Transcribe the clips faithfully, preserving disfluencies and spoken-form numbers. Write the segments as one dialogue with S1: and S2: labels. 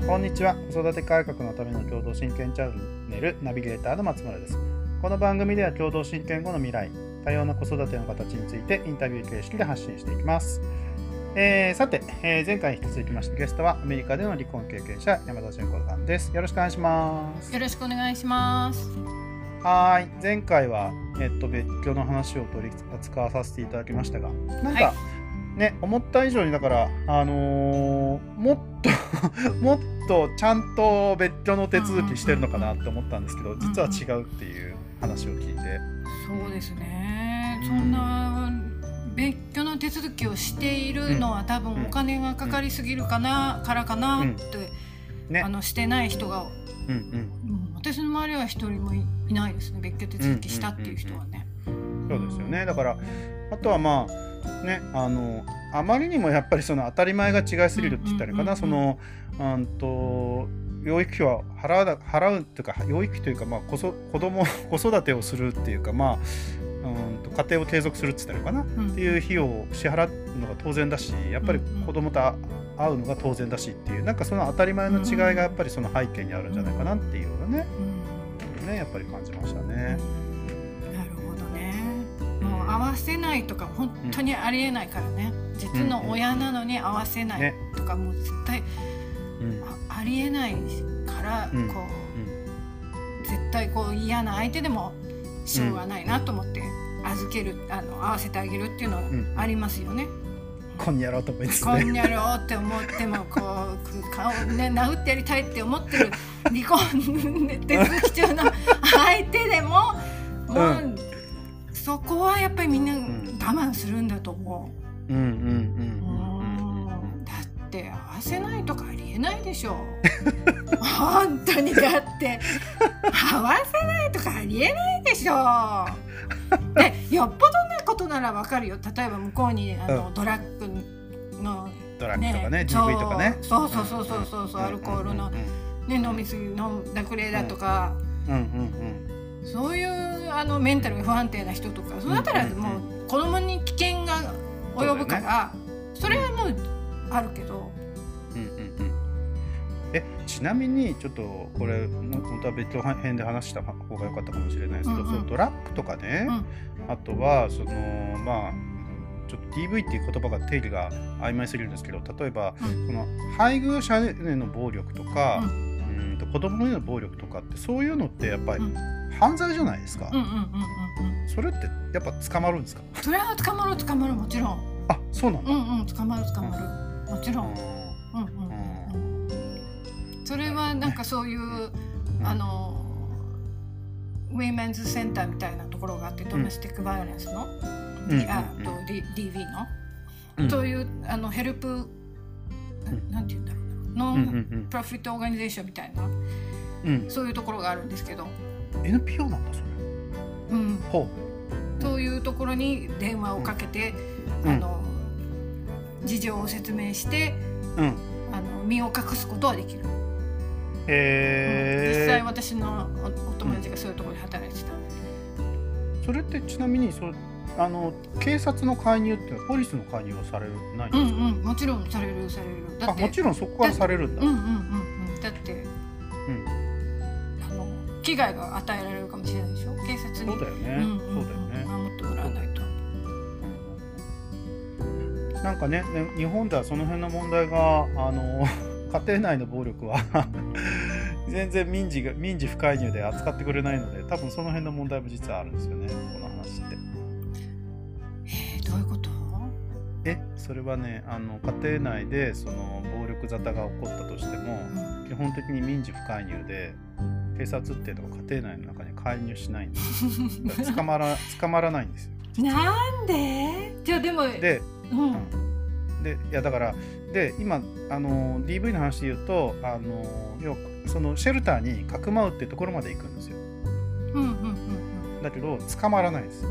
S1: こんにちは。子育て改革のための共同親権チャンネルナビゲーターの松村です。この番組では共同親権後の未来、多様な子育ての形についてインタビュー形式で発信していきます。えー、さて、えー、前回に引き続きましてゲストはアメリカでの離婚経験者山田純子さんです。よろしくお願いします。
S2: よろしくお願いします。
S1: はい、前回は、えっと、別居の話を取り扱わさせていただきましたが、なんか、はい、ね、思った以上にだから、あのー、もっともっとちゃんと別居の手続きしてるのかなって思ったんですけど、実は違うっていう話を聞いて、
S2: そうですね、そんな別居の手続きをしているのは、うん、多分お金がかかりすぎるかな、うん、からかなって、うんね、あのしてない人が、うんうん、私の周りは一人も い, いないですね、別居手続きしたっていう人はね、
S1: うんうんうんうん、そうですよね。だからあとはまあね、あのあまりにもやっぱりその当たり前が違いすぎるって言ったらいいかな、そのうんと養育費は払う払うっていうか養育費というか、まあこそ子供子育てをするっていうか、まあうんと家庭を継続するって言ったらいいかな、うん、っていう費用を支払うのが当然だし、やっぱり子供と会うのが当然だしっていう、なんかその当たり前の違いがやっぱりその背景にあるんじゃないかなっていうようなね、うん、ねやっぱり感じましたね。
S2: 合わせないとか本当にありえないからね、うん、実の親なのに合わせないとかもう絶対、ね、あ, ありえないから、うん、こう、うん、絶対こう嫌な相手でもしょうがないなと思って預ける、あの合わせてあげるっていうのはありますよね、
S1: うん、こんにゃろうと思いますね、
S2: こんにゃろうって思ってもこう顔ね殴ってやりたいって思ってる離婚手続き中の相手でももう、うんそこはやっぱりみんな我慢するんだと思う。うんうんうんうん。だって合わせないとかありえないでしょ。本当にだって合わせないとかありえないでしょ。でよっぽどなことならわかるよ。例えば向こうにあの、うん、ドラッグの、ね、
S1: ドラッグとかね ディーブイ とかね。
S2: そうそうそうそうそうそう、アルコールの、ね、飲みすぎの濁齢だとか。うんうんうん。そういうあのメンタルが不安定な人とか、そうだったらもう子供に危険が及ぶから、それはもうあるけど、うんうんうん、
S1: えちなみにちょっとこれ本当は別居編で話した方が良かったかもしれないですけど、うんうん、そのドラッグとかね、うん、あとはそのまあちょっと ディーブイ っていう言葉が定義が曖昧すぎるんですけど、例えば、うん、この配偶者への暴力とか、うん、うん子供への暴力とかってそういうのってやっぱり、うん犯罪じゃないですか、うんうんうんうん、それってやっぱ捕まるんですか？
S2: それは捕まる捕まるもちろん。
S1: あ、そうなの？
S2: うんうん、捕まる捕まる、うん、もちろん、うんうんうん、それはなんかそういう、うん、あのウィメンズセンターみたいなところがあって、ドメスティックバイオレンスの、うん、あと ディーブイ の、うん、そういうあのヘルプ、うん、なんて言うんだろうな、ノンプロフィットオーガニゼーションみたいな、うん、そういうところがあるんですけど、
S1: エヌピーオー なんだそれ。
S2: うん。ほう。そういうところに電話をかけて、うん、あの事情を説明して、うん、あの身を隠すことはできる。へえ、うん。実際私の お, お友達がそういうところで働いてた。
S1: うん、それってちなみにそあの警察の介入ってポリスの介入はされないんですか？
S2: うんうん、もちろんされるされる。
S1: だってあもちろんそこはされるんだ。
S2: うんうんうんうん。だって。うん危害が与えられるかもしれないでしょ、警察に。
S1: そうだよね、うんうんうん、そうだよね、
S2: 守ってもらわないと、
S1: うん、なんか ね, ね日本ではその辺の問題があの家庭内の暴力は全然民事が民事不介入で扱ってくれないので、多分その辺の問題も実はあるんですよね、この話って。
S2: えー、どういうこと？
S1: えそれはね、あの家庭内でその暴力沙汰が起こったとしても、うん、基本的に民事不介入で警察っていうのが家庭内の中に介入しないんです捕まら捕まらないんですよ。
S2: なんで？じゃあでも
S1: で、うん、でいやだからで今あの ディーブイ の話で言うと、あの要そのシェルターにかくまうっていうところまで行くんですよ。うんうんうんうん。だけど捕まらないですよ。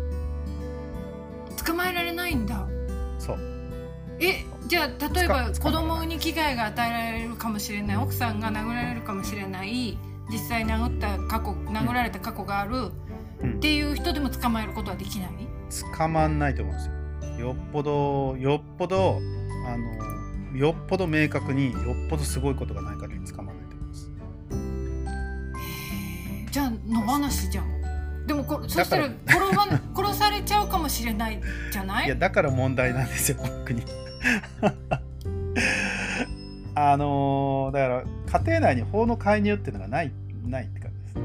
S2: 捕まえられないんだ。
S1: そう。
S2: えじゃあ例えば子供に危害が与えられるかもしれない、奥さんが殴られるかもしれない、実際殴った過去殴られた過去があるっていう人でも捕まえることはできない？
S1: 捕まんないと思うんですよ。よっぽどよっぽどあのよっぽど明確によっぽどすごいことがない限り捕まらないと思います。
S2: へー、じゃあ野放しじゃん。でもこそしたら殺ば殺されちゃうかもしれないじゃない？
S1: いやだから問題なんですよこの国あのー、だから家庭内に法の介入っていうのがないないって感じです。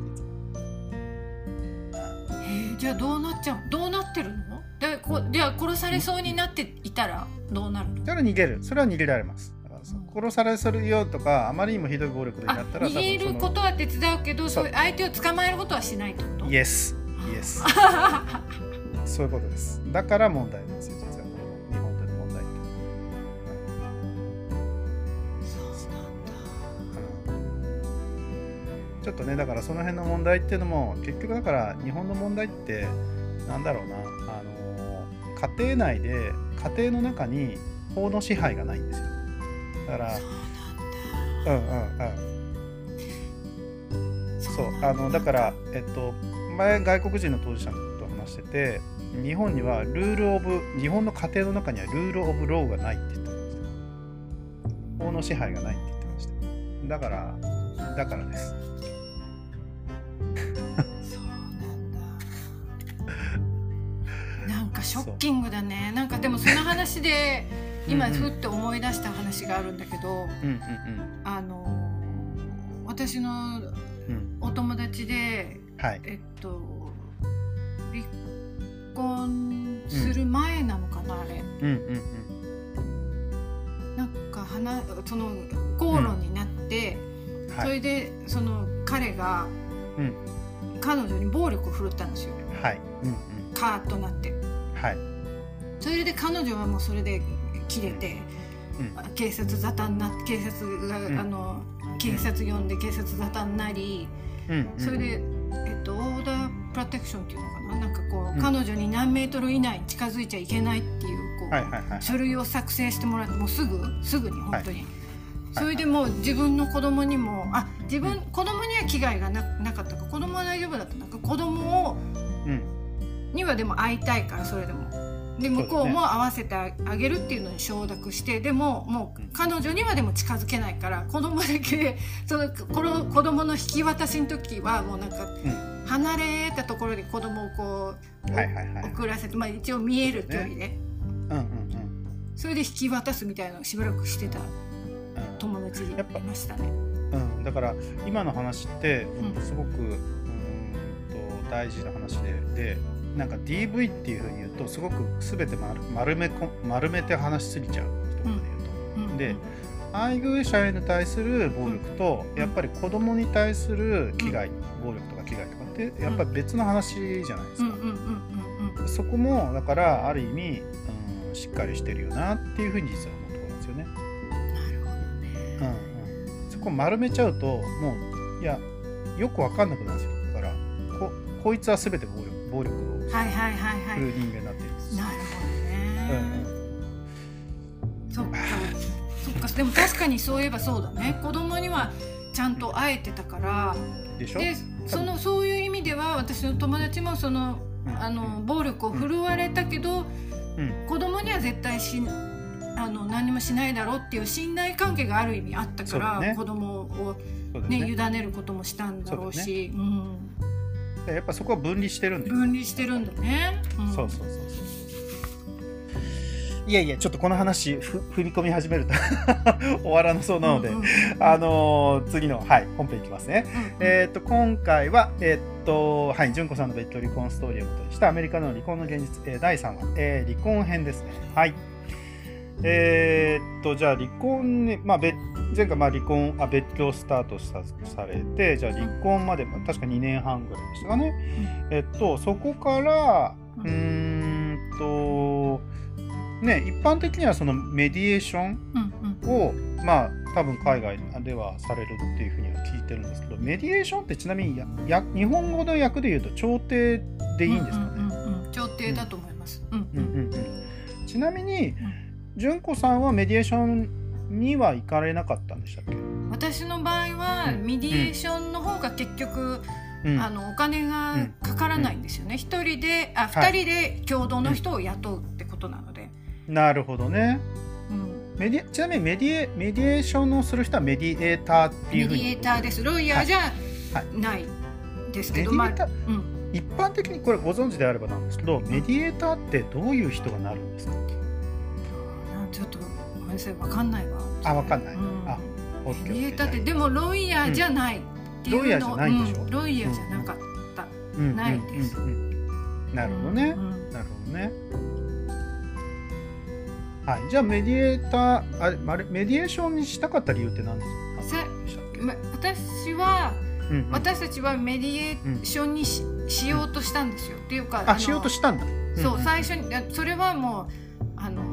S2: へえ、じゃあどうなっちゃう？どうなってるの？でこじゃあ殺されそうになっていたらどうなるの？
S1: だから逃げる。それは逃げられます。だから殺されするよとかあまりにもひどい暴力でやったら
S2: 逃げることは手伝うけど、そういう相手を捕まえることはしないってこと？
S1: イエスイエスそういうことです。だから問題なんですよ実は日本での問題って。
S2: そうなんだ。
S1: ちょっとねだからその辺の問題っていうのも結局だから日本の問題ってなんだろうな、あの家庭内で家庭の中に法の支配がないんですよ。だからうんうんうんそうあのだからえっと前外国人の当事者と話してて、日本にはルールオブ日本の家庭の中にはルールオブローがないって言ってました。法の支配がないって言ってました。だからだからです。
S2: ショッキングだね。なんかでもその話で今ふって思い出した話があるんだけど、うんうん、あの私のお友達で、うんはい、えっと離婚する前なのかな、うん、あれ、うんうんうん、なんか話その口論になって、うんはい、それでその彼が、うん、彼女に暴力を振るったんですよ、はいうんうん、カーッとなってはい、それで彼女はもうそれで切れて、うん、警察沙汰になって警察が、うん、あの警察呼んで警察沙汰になり、うん、それで、えっと、オーダープロテクションっていうのかな、なんかこう、うん、彼女に何メートル以内に近づいちゃいけないっていう、こう、はいはいはい、書類を作成してもらってもうすぐすぐに本当に、はい、それでもう自分の子供にもあ自分、うん、子供には危害が な, なかったか子供は大丈夫だったのか子供を、うんにはでも会いたいからそれでもで向こうも合わせてあげるっていうのに承諾してでももう彼女にはでも近づけないから子供だけそのこの子供の引き渡しの時はもうなんか離れたところで子供をこう、はいはいはい、送らせて、まあ、一応見える距離で、ねうんうんうん、それで引き渡すみたいなのをしばらくしてた友達いましたね、
S1: うん、だから今の話ってすごく、うん、うんと大事な話で、でなんか ディーブイ っていう風に言うとすごく全て 丸, 丸, めこ丸めて話しすぎちゃう一言で言うと、うんうん、で配偶者へに対する暴力と、うん、やっぱり子供に対する危害、うん、暴力とか危害とかってやっぱり別の話じゃないですか。そこもだからある意味、うん、しっかりしてるよなっていう風に実は思うところなんですよね。
S2: なるほどね、
S1: うんうん、そこ丸めちゃうともういやよく分かんなくなるんですよ。だから こ, こいつは全て暴力暴力をする人間になっているんです。
S2: なるほどね、うん、そっかそっか。でも確かにそういえばそうだね。子供にはちゃんと会えてたから
S1: でしょ。
S2: でそのそういう意味では私の友達もその、うん、あの暴力を振るわれたけど、うん、子供には絶対しあの何もしないだろうっていう信頼関係がある意味あったから、ね、子供を、ねね、委ねることもしたんだろうしう、ね
S1: うん、やっぱそこは分離してるんだよ。
S2: 分離してるんだね、
S1: うん、そうそうそうそう。いやいやちょっとこの話ふ踏み込み始めると終わらなそうなので、うんうんうん、あのー、次の、はい、本編いきますね、うんうん、えー、っと今回はえー、っとはい純子さんの別居離婚ストーリーをもとにしたアメリカの離婚の現実、えー、だいさんわ、えー、離婚編ですね。はいえー、っとじゃあ離婚ね、まあ、別前回まあ離婚あ別居スタートさされてじゃあ離婚まで確かにねんはんぐらいでしたかね、うん、えっとそこからうーんとね、一般的にはそのメディエーションを、うんうん、まあ多分海外ではされるっていうふうには聞いてるんですけど、メディエーションってちなみにやや日本語の訳で言うと調停でいいんですかね。
S2: うんうんうんうん、調停だと思います。うんうんうん
S1: うん、ちなみに純子さんはメディエーションには行かれなかったんでしたっけ？
S2: 私の場合はメディエーションの方が結局、うん、あのお金がかからないんですよね。一、うん、人であ二人で共同の人を雇うってことなので。
S1: なるほどね、
S2: うん、
S1: メディちなみにメディエメディエーションをする人はメディエーターっていうふうに。
S2: メディエーターです。ロイヤーじゃないですけど、
S1: メディエーター、
S2: まあうん、
S1: 一般的にこれご存知であればなんですけど、メディエーターってどういう人がなるんですか？
S2: ちょっとごめんなさい、わかんないわ。
S1: あ、わかんない。うん、あ、
S2: メディエーターってでもロイヤーじゃないっていうの、
S1: うん、ロイヤーじゃないんでしょ？
S2: うん、ロイヤーじゃなかった、うん、ないです。
S1: うんうんうんうん、なるほどね、うん、なるほどね。はい、じゃあメディエーター、あれ、あれメディエーションにしたかった理由って何ですか？
S2: 私は、うんうん、私たちはメディエーションに し,、うん、しようとしたんですよ。っていうか、
S1: あ、しようとしたんだ。
S2: そう、うんうん、最初にそれはもうあの、うん、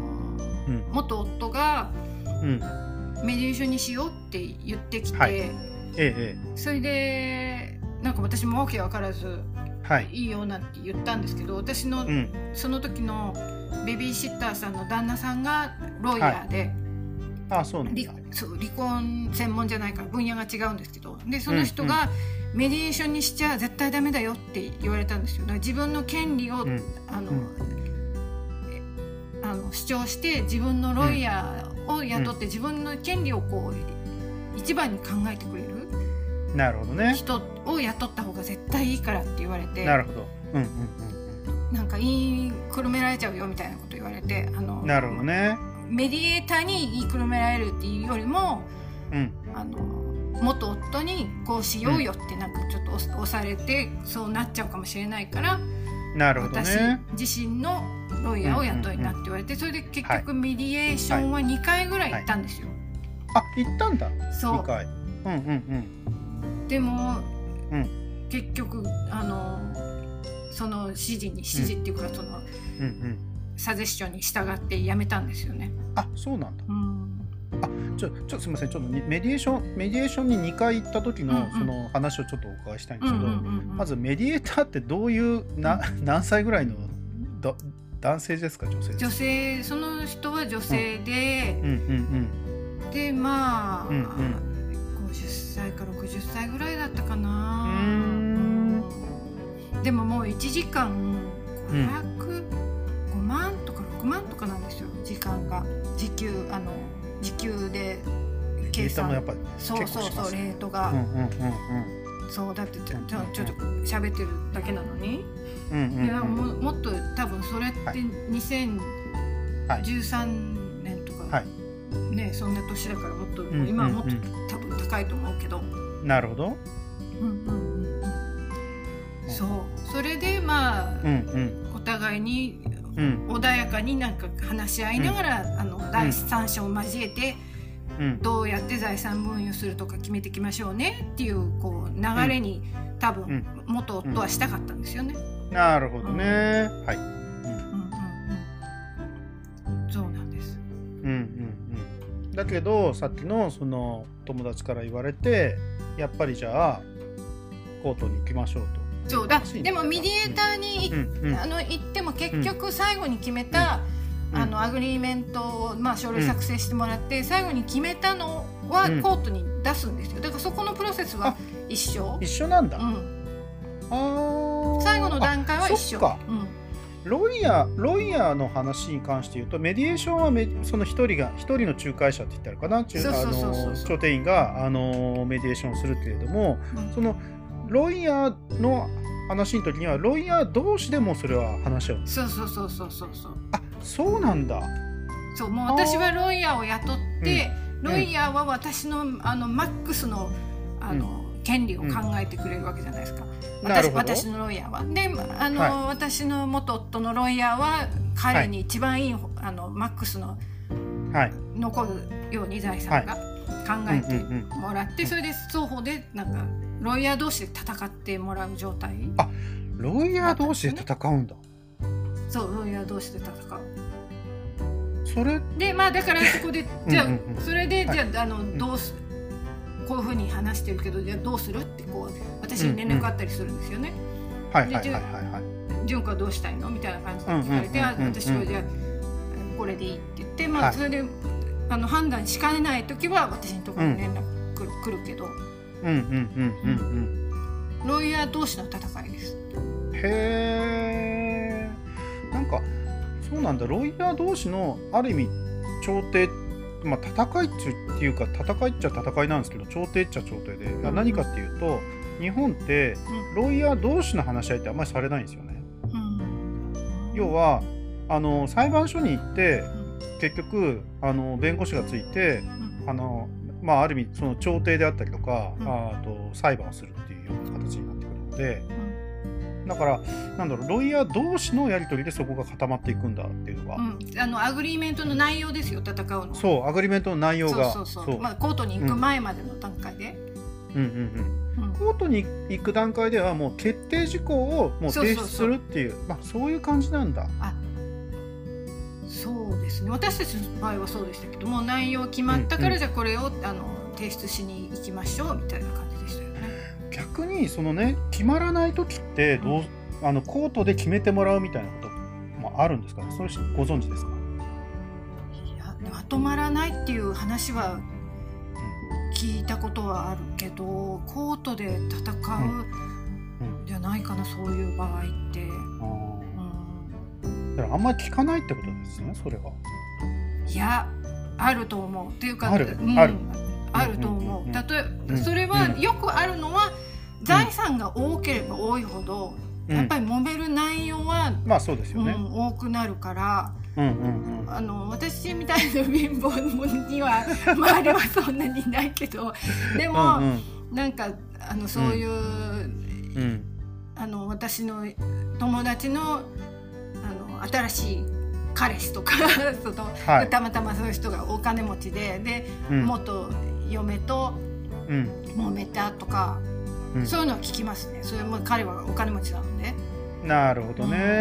S2: 元夫が、うん、メディエーションにしようって言ってきて、はい、ええ、それでなんか私もわけわからず、はい、いいよなんて言ったんですけど、私の、うん、その時のベビーシッターさんの旦那さんがロイヤーで、
S1: はい、あ、そうなんだ。
S2: そう離婚専門じゃないから分野が違うんですけど、でその人がメディエーションにしちゃ絶対ダメだよって言われたんですよ。だから自分の権利を、うん、あの、うん、あの主張して自分のロイヤーを雇って自分の権利をこう一番に考えてくれる、
S1: なるほどね、
S2: 人を雇った方が絶対いいからって言われて、
S1: なるほど、うんうんうん、
S2: なんか言いくるめられちゃうよみたいなこと言われて、あの
S1: なるほどね、
S2: メディエーターに言いくるめられるっていうよりも、うん、あの元夫にこうしようよってなんかちょっと押されてそうなっちゃうかもしれないから、
S1: なるほどね、
S2: 私自身のロイヤーを雇いなって言われて、それで結局メディエーションはにかいぐらい行ったんですよ。
S1: はいはい、あ、行ったんだ。
S2: そう。
S1: にかい。うんうんうん。
S2: でも、うん、結局あのその指示に指示っていうか、その、うんうん、サジェッションに従って辞めたんですよね。
S1: あ、そうなんだ。うん、あ、ちょちょすみません、ちょっとメディエーションメディエーションににかい行った時の、うんうん、その話をちょっとお伺いしたいんですけど、うんうんうんうん、まずメディエーターってどういうな何歳ぐらいのだ男性ですか、女性ですか？女性、
S2: その人は女性で、
S1: うんうんうんうん、で
S2: まあ、うんうん、ごじゅっさいかろくじゅっさいぐらいだったかな。うーん、でももういちじかんごひゃくごまんとかろくまんとかなんですよ、時間が。時給、あの時給で計算、
S1: やっぱ
S2: そうそうそう、レートが、うんうんうんうん、そうだってちょ、ちょ、ちょっと喋ってるだけなのに、うんうんうん、でも、もっと多分それってにせんじゅうさんねんとか、はい、ね、そんな年だからもっと、うんうんうん、今はもっと多分高いと思うけど。
S1: なるほど。
S2: うんうんうん、そう、それでまあ、うんうん、お互いに穏やかになんか話し合いながら、うん、あの第三者を交えて、うん、どうやって財産分与するとか決めていきましょうねっていうこう流れに、うん、多分元夫はしたかったんですよね。
S1: うん、なるほどね、うん、はい、うん
S2: うんうん、そうなんです。
S1: うんうんうん、だけどさっきのその友達から言われて、やっぱりじゃあコートに行きましょうと。
S2: そうだ、でもメディエーターに、うんうん、あの行っても結局最後に決めた、うん、あのアグリーメントを、まあ、書類作成してもらって、うん、最後に決めたのはコートに出すんですよ。だからそこのプロセスは一緒。
S1: 一緒なんだ、うん、
S2: あ、最後の段階は一緒。か、
S1: うん、ロイヤーロイヤーの話に関して言うと、メディエーションはメその一人が一人の仲介者って言ったらかな、調停員があのメディエーションをするけれども、うん、そのロイヤーの話の時にはロイヤー同士でもそれは話し合う。
S2: そうそうそうそうそうそう。
S1: あ、そうなんだ。
S2: そう、もう私はロイヤーを雇って、うん、ロイヤーは私のあのマックスのあの、うん、権利を考えてくれるわけじゃないですか。うん、私, 私のロイヤーは。で、あの、はい、私の元夫のロイヤーは彼に一番いい、はい、あのマックスの、はい、残るように財産が考えてもらって、それで双方でなんかロイヤー同士で戦ってもらう状態。
S1: あ、ロイヤー同士で戦うんだ。
S2: そう、ロイヤー同士で戦う。
S1: それ
S2: で、まあだからそこでじゃあ、うんうんうん、それでじゃあ、あのどうす、うん、こういうふうに話してるけど、じゃあどうするってこう私に連絡あったりするんですよね。
S1: はいはいはいはいはい。
S2: 純子はどうしたいのみたいな感じで聞かれて、私はじゃあこれでいいって言って、まあ、はい、それであの判断しかねない時は私のところに連絡来る、うん、来るけど。うんうんうんうんうん。ロイヤー同士の戦いです。
S1: へえ。なんかそうなんだ。ロイヤー同士のある意味調停っまあ、戦いっちゅっていうか戦いっちゃ戦いなんですけど、調停っちゃ調停で、うん、何かっていうと日本ってロイヤー同士の話し合いってあんまりされないんですよね、うん、要はあの裁判所に行って結局あの弁護士がついて、うん、あのまあ、ある意味その調停であったりとか、うん、あと裁判をするっていうような形になってくるので、うん、だからなんだろう、ロイヤー同士のやり取りでそこが固まっていくんだっていうのが、うん、
S2: あのアグリーメントの内容ですよ、戦うの。
S1: そう、アグリーメントの内容が
S2: そうそうそう、まあ、コートに行く前までの段階で、
S1: うんうんうんうん、コートに行く段階ではもう決定事項をもう提出するっていう、そうそうそう、まあ、そういう感じなんだ。
S2: あ、そうですね、私たちの場合はそうでしたけども、内容決まったから、うんうん、じゃあこれをあの提出しに行きましょうみたいな感じでしたよね。
S1: 逆にそのね、決まらない時ってどう、うん、あのコートで決めてもらうみたいなこともあるんですかね。それご存知ですか？
S2: いや、まとまらないっていう話は聞いたことはあるけど、コートで戦うじゃないかな、そういう場合って。
S1: だからあんまり聞かないってことですね、それは。
S2: いや、あると思うっていうか、
S1: ある、
S2: うん、
S1: ある、
S2: あると思う。例えばそれはよくあるのは、うん、財産が多ければ多いほど、うん、やっぱり揉める内容は、
S1: まあそうですよね、
S2: うん、多くなるから、
S1: うんうんうん、
S2: あの私みたいな貧乏には周りはそんなにいないけど、でもうん、うん、なんかあのそういう、うん、あの私の友達の、あの新しい彼氏とかその、はい、たまたまそういう人がお金持ちで、で、うん、元嫁と揉めたとか、うん、そういうのは聞きますね。それも彼はお金持ちなので。
S1: なるほどね、うん、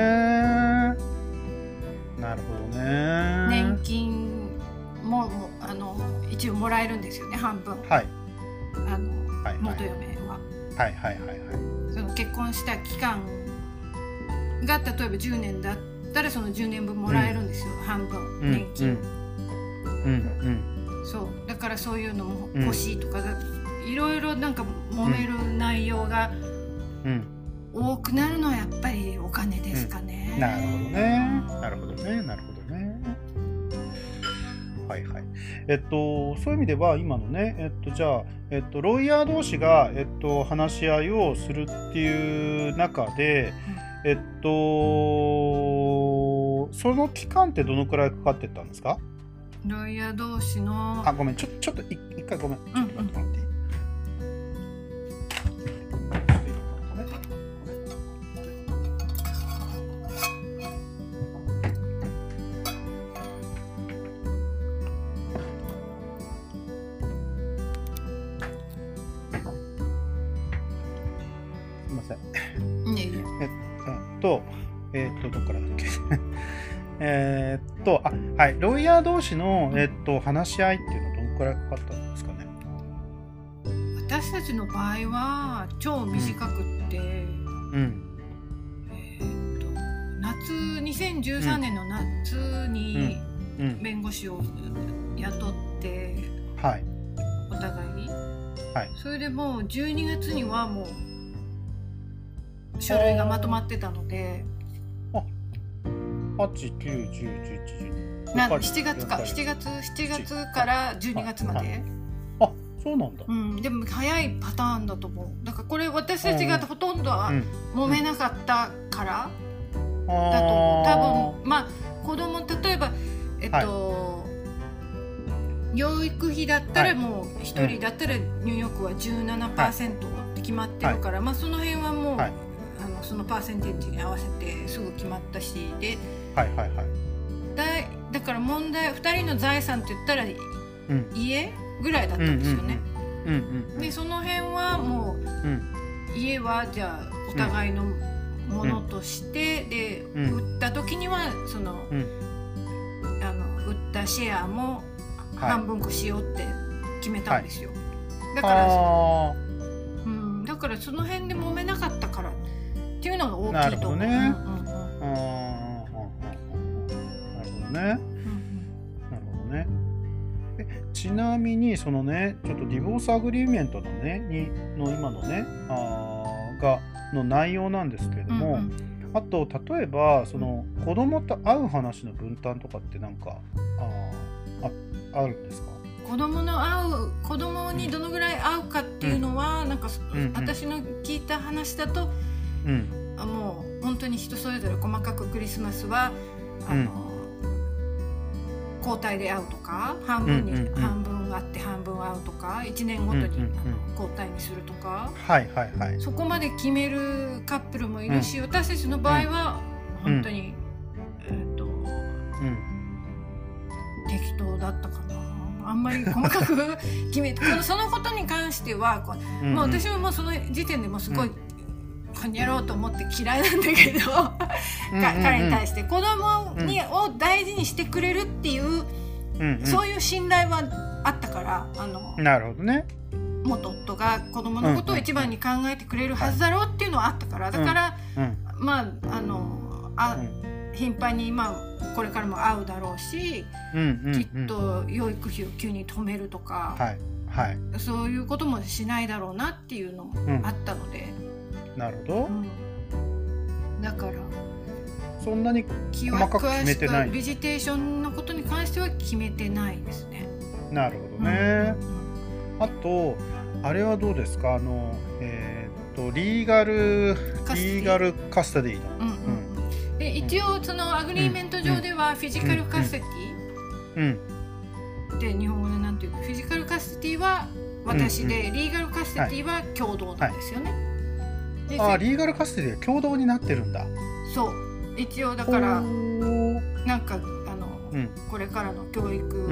S1: なるほどね。
S2: 年金ももあの一応もらえるんですよね、半分。
S1: はい。
S2: あの、はいはい、元嫁は。
S1: はいはいはいはい。
S2: その結婚した期間が例えばじゅうねんだったらそのじゅうねんぶんもらえるんですよ、うん、半分年金。うんうん、そうだからそういうのも欲しいとか、うん、いろいろなんか揉める内容が多くなるのはやっぱりお金ですかね。
S1: うん、なるほどね、なるほどね、なるほどね。はいはい。えっとそういう意味では今のね、えっとじゃあえっとロイヤー同士がえっと話し合いをするっていう中で、うん、えっとその期間ってどのくらいかかってたんですか？
S2: ロイヤー同士の
S1: あ、ごめん、ちょちょっと一回ごめん、ちょっと待ってもらっていい？うんすみません。
S2: いえいえ。
S1: えっと、えっと、どっからだっけえっと、あ、はい、ロイヤー同士の、えっと、話し合いっていうのはどのくらいかかったんですかね？
S2: 私たちの場合は超短くって、うん、えー、と夏にせんじゅうさんねんの夏に弁護士を雇って、
S1: うんはい、
S2: お互い、
S1: はい、
S2: それでもうじゅうにがつにはもう書類がまとまってたので、
S1: はち、きゅう、じゅう、じゅういち、じゅうに、
S2: なしちがつか、しちがつ、しちがつからじゅうにがつまで。
S1: あ、そうなんだ。
S2: うん、でも早いパターンだと思う。だからこれ私たちがほとんどは揉めなかったからだと思う。多分まあ子供例えばえっと、はい、養育費だったらもうひとりだったらニューヨークは じゅうななパーセント って決まってるから、はい、まあその辺はもう、はい、あのそのパーセンテージに合わせてすぐ決まったしで、
S1: はいはいはい、
S2: だ, だから問題ふたりの財産って言ったら、うん、家ぐらいだったんですよね。でその辺はもう、うん、家はじゃあお互いのものとして、うん、で、うん、売った時にはその、うん、あの売ったシェアも半分こしようって決めたんですよ。はい、だから、うん、だからその辺で揉めなかったからっていうのが大きいと思う。なるほどね。なる
S1: ほどね。なるほどね。ちなみにそのねちょっとディボースアグリーメントのねにの今のねあがの内容なんですけれども、うんうん、あと例えばその子供と会う話の分担とかってなんかあああるんですか？
S2: 子供の会う子供にどのぐらい会うかっていうのは、うん、なんか、うんうん、私の聞いた話だと、うん、もう本当に人それぞれ細かくクリスマスはあの、うん、交代で会うとか半分に、うんうんうん、半分会って半分会うとかいちねんごとに、うんうんうん、あの交代にするとか、
S1: はいはいはい、
S2: そこまで決めるカップルもいるし、うん、私たちの場合は本当に、うん、えーとうん、適当だったかな。あんまり細かく決めてそのことに関してはこう、うんうん、もう私はもうその時点でもうすごい、うん、やろうと思って嫌いなんだけど彼に対して子供に、うん、を大事にしてくれるっていう、うんうん、そういう信頼はあったからあの
S1: なるほどね、
S2: 元夫が子供のことを一番に考えてくれるはずだろうっていうのはあったからだから、うんうん、まああのあ、うん頻繁にまあこれからも会うだろうし、うんうんうん、きっと養育費を急に止めるとか、はいはい、そういうこともしないだろうなっていうのもあったので、
S1: うん、なるほど、
S2: うん、だから
S1: そんなに細かく決めてない。
S2: ビジテーションのことに関しては決めてないですね。
S1: なるほどね、うん、あとあれはどうですか、あの、えー、っとリーガルリーガルカスタディの、うんうん
S2: で一応そのアグリーメント上ではフィジカルカスティ、うんうん、で日本語でなんていうかフィジカルカスティは私で、うんうん、リーガルカスティは共同なんですよね、
S1: はい、ああリーガルカスティは共同になってるんだ。
S2: そう一応だからなんかあの、うん、これからの教育、うん、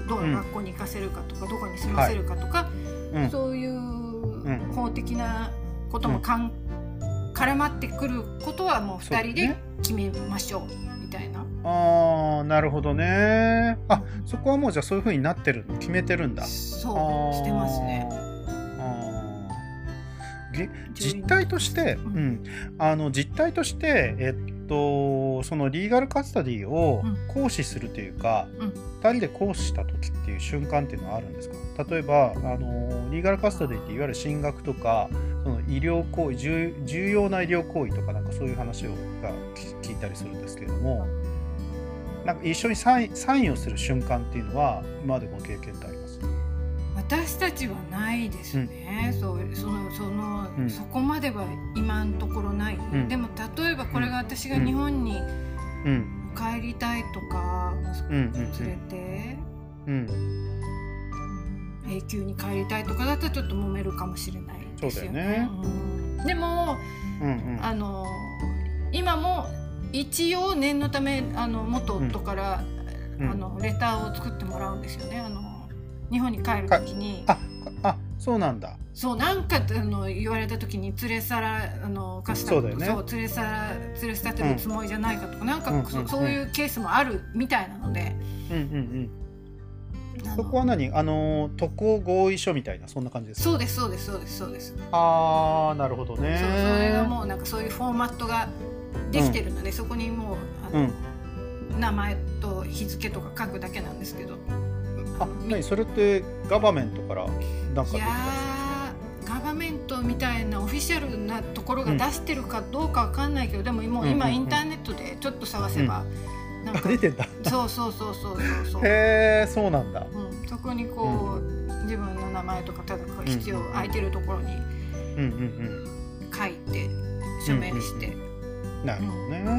S2: どう学校に行かせるかとか、うん、どこに住ませるかとか、はい、そういう法的なこともかん、うん絡まってくることはもうふたりで決めましょうみたいな。
S1: ああなるほどね。あそこはもうじゃあそういう風になってる決めてるんだ。
S2: そうしてますね。
S1: あ実態として、うん、あの実態としてえっとそのリーガルカスタディを行使するというか、うん、ふたりで行使した時っていう瞬間っていうのはあるんですか？例えばあのリーガルカスタディっていわゆる進学とかその医療行為 重, 重要な医療行為とかなんかそういう話をが聞いたりするんですけれども、なんか一緒にサイン、サインをする瞬間っていうのは今までご経験ってあります？
S2: 私たちはないですね、うん、そうそのその、うん、そこまでは今のところない、うん、でも例えばこれが私が日本に帰りたいとか、うん、連れて、うんうん、永久に帰りたいとかだったらちょっと揉めるかもしれないですよね。そうだよね、うん、でも、うんうん、あの今も一応念のためあの元夫から、うん、あのレターを作ってもらうんですよね。あの日本に帰るときに
S1: ああそうなんだ。
S2: そうなんかあの言われたときに連れ去らあのカスタムそうだよね、そう連れ去ら連れ去ってるつもりじゃないかとか、うん、なんか、うんうんうん、そういうケースもあるみたいなので、うんうん
S1: うん、そこは何あの渡航合意書みたいなそんな感じですか？
S2: そうですそうですそうですそうです。
S1: ああなるほどね。
S2: そうそれがもうなんかそういうフォーマットができてるので、うん、そこにもうあの、うん、名前と日付とか書くだけなんですけど。
S1: あ、何それってガバメントからなんか
S2: いやーガバメントみたいなオフィシャルなところが出してるかどうかわかんないけど、うん、でももう今インターネットでちょっと探せば、
S1: うん、なんか出てんだ。
S2: そうそうそうそうそうそう
S1: へーそうなんだ、
S2: うん、そこにこう、うん、自分の名前とかただ必要、うん、空いてるところに書いて署名して、
S1: うんうんうん、なるほどね、うん、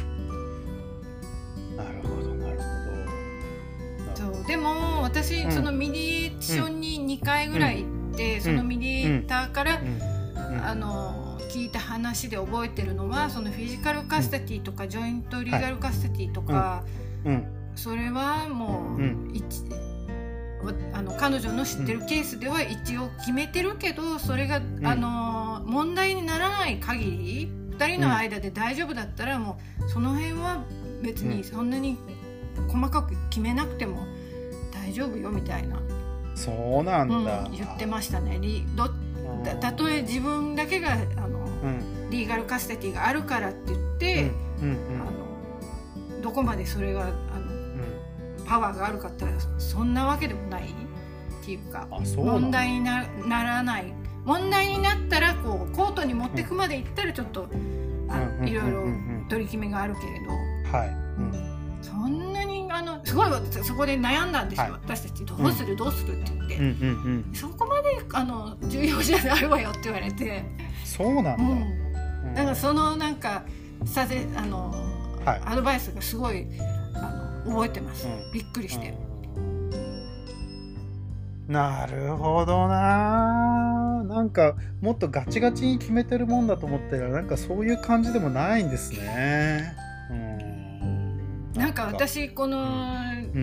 S1: なるほどなるほど。
S2: そうでも私、うん、そのミディエーションににかいぐらい行って、うん、そのミディエーターから、うんうん、あの聞いた話で覚えてるのはそのフィジカルカスタティとか、うん、ジョイントリーガルカスタティとか、はいうん、それはもう、うん、あの彼女の知ってるケースでは一応決めてるけどそれが、うん、あの問題にならない限りふたりの間で大丈夫だったらもうその辺は別にそんなに細かく決めなくても大丈夫よみたいな。
S1: そうなんだ、
S2: うん、言ってましたね。どたとえ自分だけがあの、うん、リーガルカスタティがあるからって言って、うんうんうん、あのどこまでそれがあの、うん、パワーがあるかって言ったらそんなわけでもないっていうか、問題に な, ならない問題になったらこうコートに持ってくまでいったらちょっと、うん、あいろいろ取り決めがあるけれど、はいうん、そんなにあのごいそこで悩んだんですよ、はい、私たちどうする、うん、どうするって言って、うんうんうん、そこまであの重要じゃないわよって言われて。
S1: そうなんだ、うん、
S2: だからそのなんかさせあの、はい、アドバイスがすごいあの覚えてます、うん、びっくりして、うん、
S1: なるほどな。なんかもっとガチガチに決めてるもんだと思ったらなんかそういう感じでもないんですね。うん、
S2: なんか私この、うん、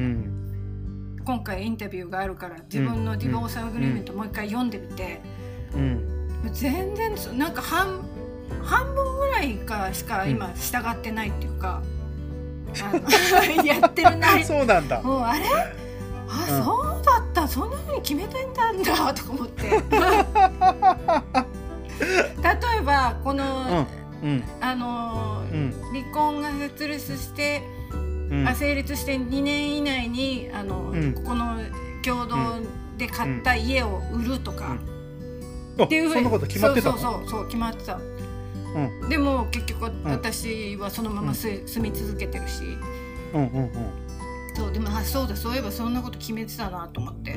S2: 今回インタビューがあるから自分のディボースアグリーメントもう一回読んでみて、うんうん、全然なんか半半分ぐらいかしか今従ってないっていうか、うん、あのやってるない
S1: そうなんだ。
S2: もうあれあ、うん、そうだったそんな風に決めてんだんだとか思って例えばこの、うんうん、あの、うん、離婚が成立して、うん、あ成立してにねん以内にあの、うん、ここの共同で買った家を売るとか、
S1: うん、っていうふうにそんなこと決まってたの？
S2: そうそうそうそう決まってた、うん、でも結局私はそのまま住み続けてるし、うんうんうん、そうでもあそうだそういえばそんなこと決めてたなと思って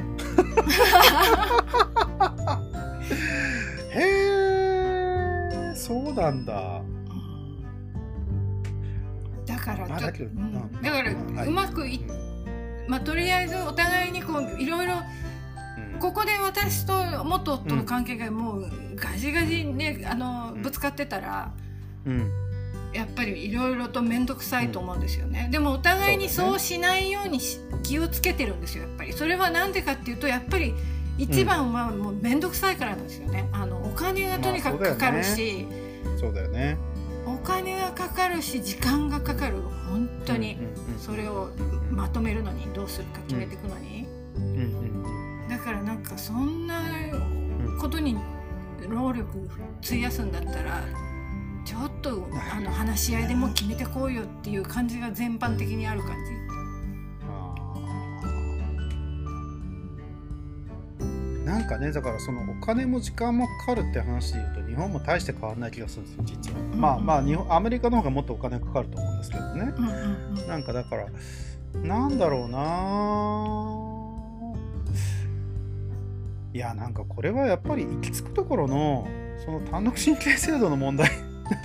S1: へえそうなんだ、
S2: うん、だからちょっと、うん、だからうまくい、まあ、とりあえずお互いにこういろいろここで私と元夫の関係がもうガジガジねあのぶつかってたら、うん、やっぱりいろいろと面倒くさいと思うんですよね、うん、でもお互いにそうしないように気をつけてるんですよやっぱり。それはなんでかっていうとやっぱり一番はもう面倒くさいからなんですよね。あのお金がとにかくかかるし、
S1: まあ、そうだよね。
S2: お金がかかるし時間がかかる本当に、うんうんうん、それをまとめるのにどうするか決めていくのに、うんうんうん、だからなんかそんなことに労力費やすんだったらちょっとあの話し合いでも決めてこうよっていう感じが全般的にある感じ。
S1: なんかねだからそのお金も時間もかかるって話で言うと日本も大して変わらない気がするんですよ実は、うんうん、まあまあ日本アメリカの方がもっとお金かかると思うんですけどね、うんうんうん、なんかだからなんだろうないやなんかこれはやっぱり行き着くところのその単独神経制度の問題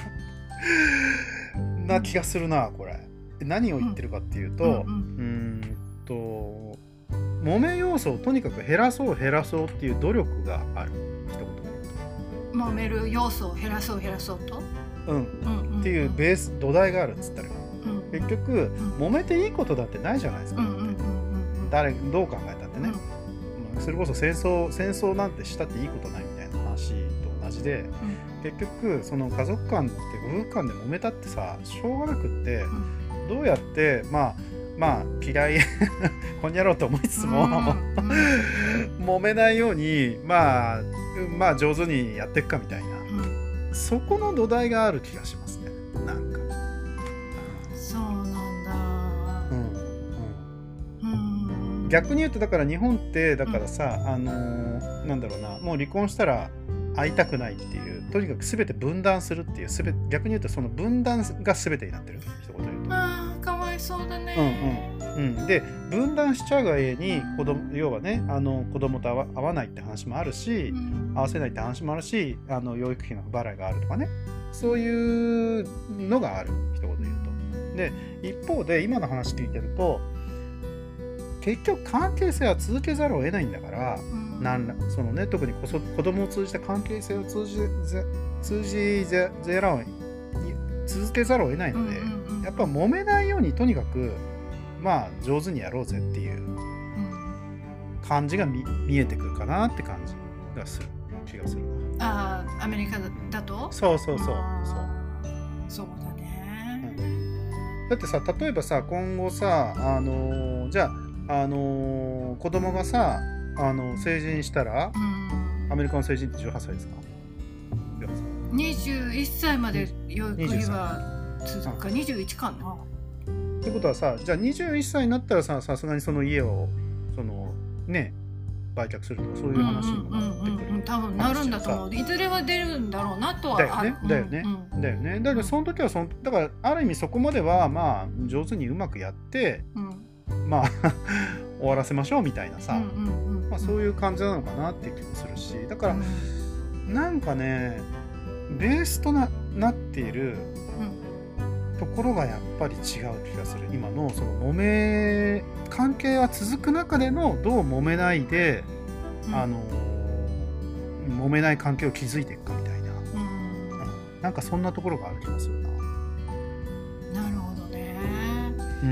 S1: な気がするなこれ。何を言ってるかっていうと、うんうんうん、うーんと揉め要素をとにかく減らそう減らそうっていう努力がある一言で
S2: 言うと揉める要素を減らそう減らそうと、
S1: うんうんうんうん、っていうベース土台があるっつったら、うん、結局、うん、揉めていいことだってないじゃないですか、うんうんうんうん、誰どう考えたってね、うん、それこそ戦争戦争なんてしたっていいことないみたいな話と同じで、うん、結局その家族間って夫婦間で揉めたってさしょうがなくって、うん、どうやってまあまあ嫌いこんにゃろうと思いつつも、うん、揉めないようにまあまあ上手にやっていくかみたいな、うん、そこの土台がある気がしますね。なんか
S2: そうなんだ、うん
S1: うん、逆に言うとだから日本ってだからさ、うん、あのー、なんだろうなもう離婚したら会いたくないっていうとにかく全て分断するっていうすべ逆に言うとその分断が全てになってる一言で言うと。
S2: あーかわいそうだね、
S1: うんうんうん、で分断しちゃうがゆえに子供要はねあの子供と会 わ, 会わないって話もあるし、うん、合わせないって話もあるしあの養育費の不払いがあるとかねそういうのがある一言で言うと。で一方で今の話聞いてると結局関係性は続けざるを得ないんだから、うん、なんらそのね特にこそ子供を通じた関係性を通じぜ通じぜぜらを続けざるを得ないので、うんうんうん、やっぱ揉めないようにとにかくまあ上手にやろうぜっていう感じが 見, 見えてくるかなって感じがする気がする
S2: な。ああアメリカだと
S1: そうそうそうそう
S2: そうだね、う
S1: ん、だってさ例えばさ今後さあのー、じゃあ、あのー、子供がさあの成人したら、うん、アメリカの成人ってじゅうはっさいですか
S2: にじゅういっさいまで養育費は続くかにじゅういちかな。
S1: ってことはさじゃあにじゅういっさいになったらささすがにその家をそのね売却するとかそういう話にもなってくる、うんうんうん、
S2: 多分なるんだと思う。いずれは出るんだろうなとは
S1: だよねだよね、うんうん、だよねだからその時はそのだからある意味そこまではまあ上手にうまくやって、うん、 まあ終わらせましょうみたいなさ、
S2: うんうんうん、
S1: まあ、そういう感じなのかなっていう気もするし、だから、うん、なんかねベースと な, なっているところがやっぱり違う気がする。今のその揉め関係は続く中でのどう揉めないで、うん、あの揉めない関係を築いていくかみたいな、うんうん、なんかそんなところがある気がするな。
S2: なるほどね。
S1: うん、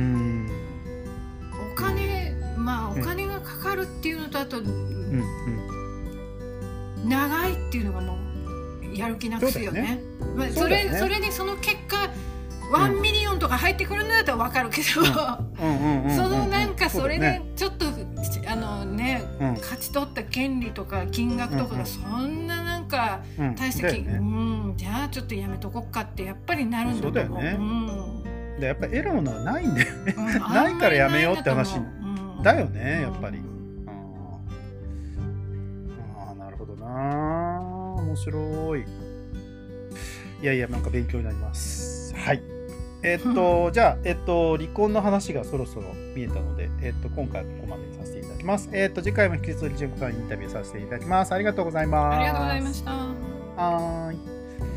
S2: お金、まあお金がかかるっていうのと、あと、うんうん、長いっていうのがもうやる気なくすよね。まあ、それ、それにその結果ワンミリオンとか入ってくるんだったら分かるけど、そのなんかそれでちょっとあのね、うん、勝ち取った権利とか金額とかがそんななんか大した金、うん、うん、じゃあちょっとやめとこっかってやっぱりなるんだと思う。そうだよね。うん、
S1: でやっぱり得るものはないんだよね。うん、ないからやめようって話だよね、やっぱり。うん、ああ、なるほどな、面白い。いやいや、なんか勉強になります。はい。えー、っと、うん、じゃあ、えー、っと、離婚の話がそろそろ見えたので、えー、っと、今回はここまでにさせていただきます。えー、っと、次回も引き続き純子さんにインタビューさせていただきます。ありがとうございます。
S2: ありがとうございました。
S1: はーい。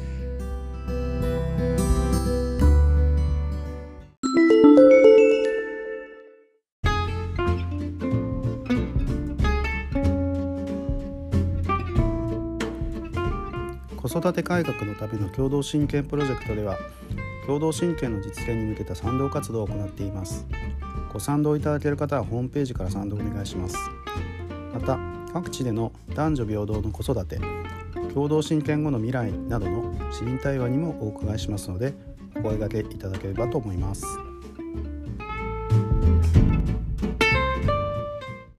S1: 子育て改革のための共同親権プロジェクトでは、共同親権の実現に向けた賛同活動を行っています。ご賛同いただける方はホームページから賛同お願いします。また、各地での男女平等の子育て、共同親権後の未来などの市民対話にもお伺いしますので、お声掛けいただければと思います。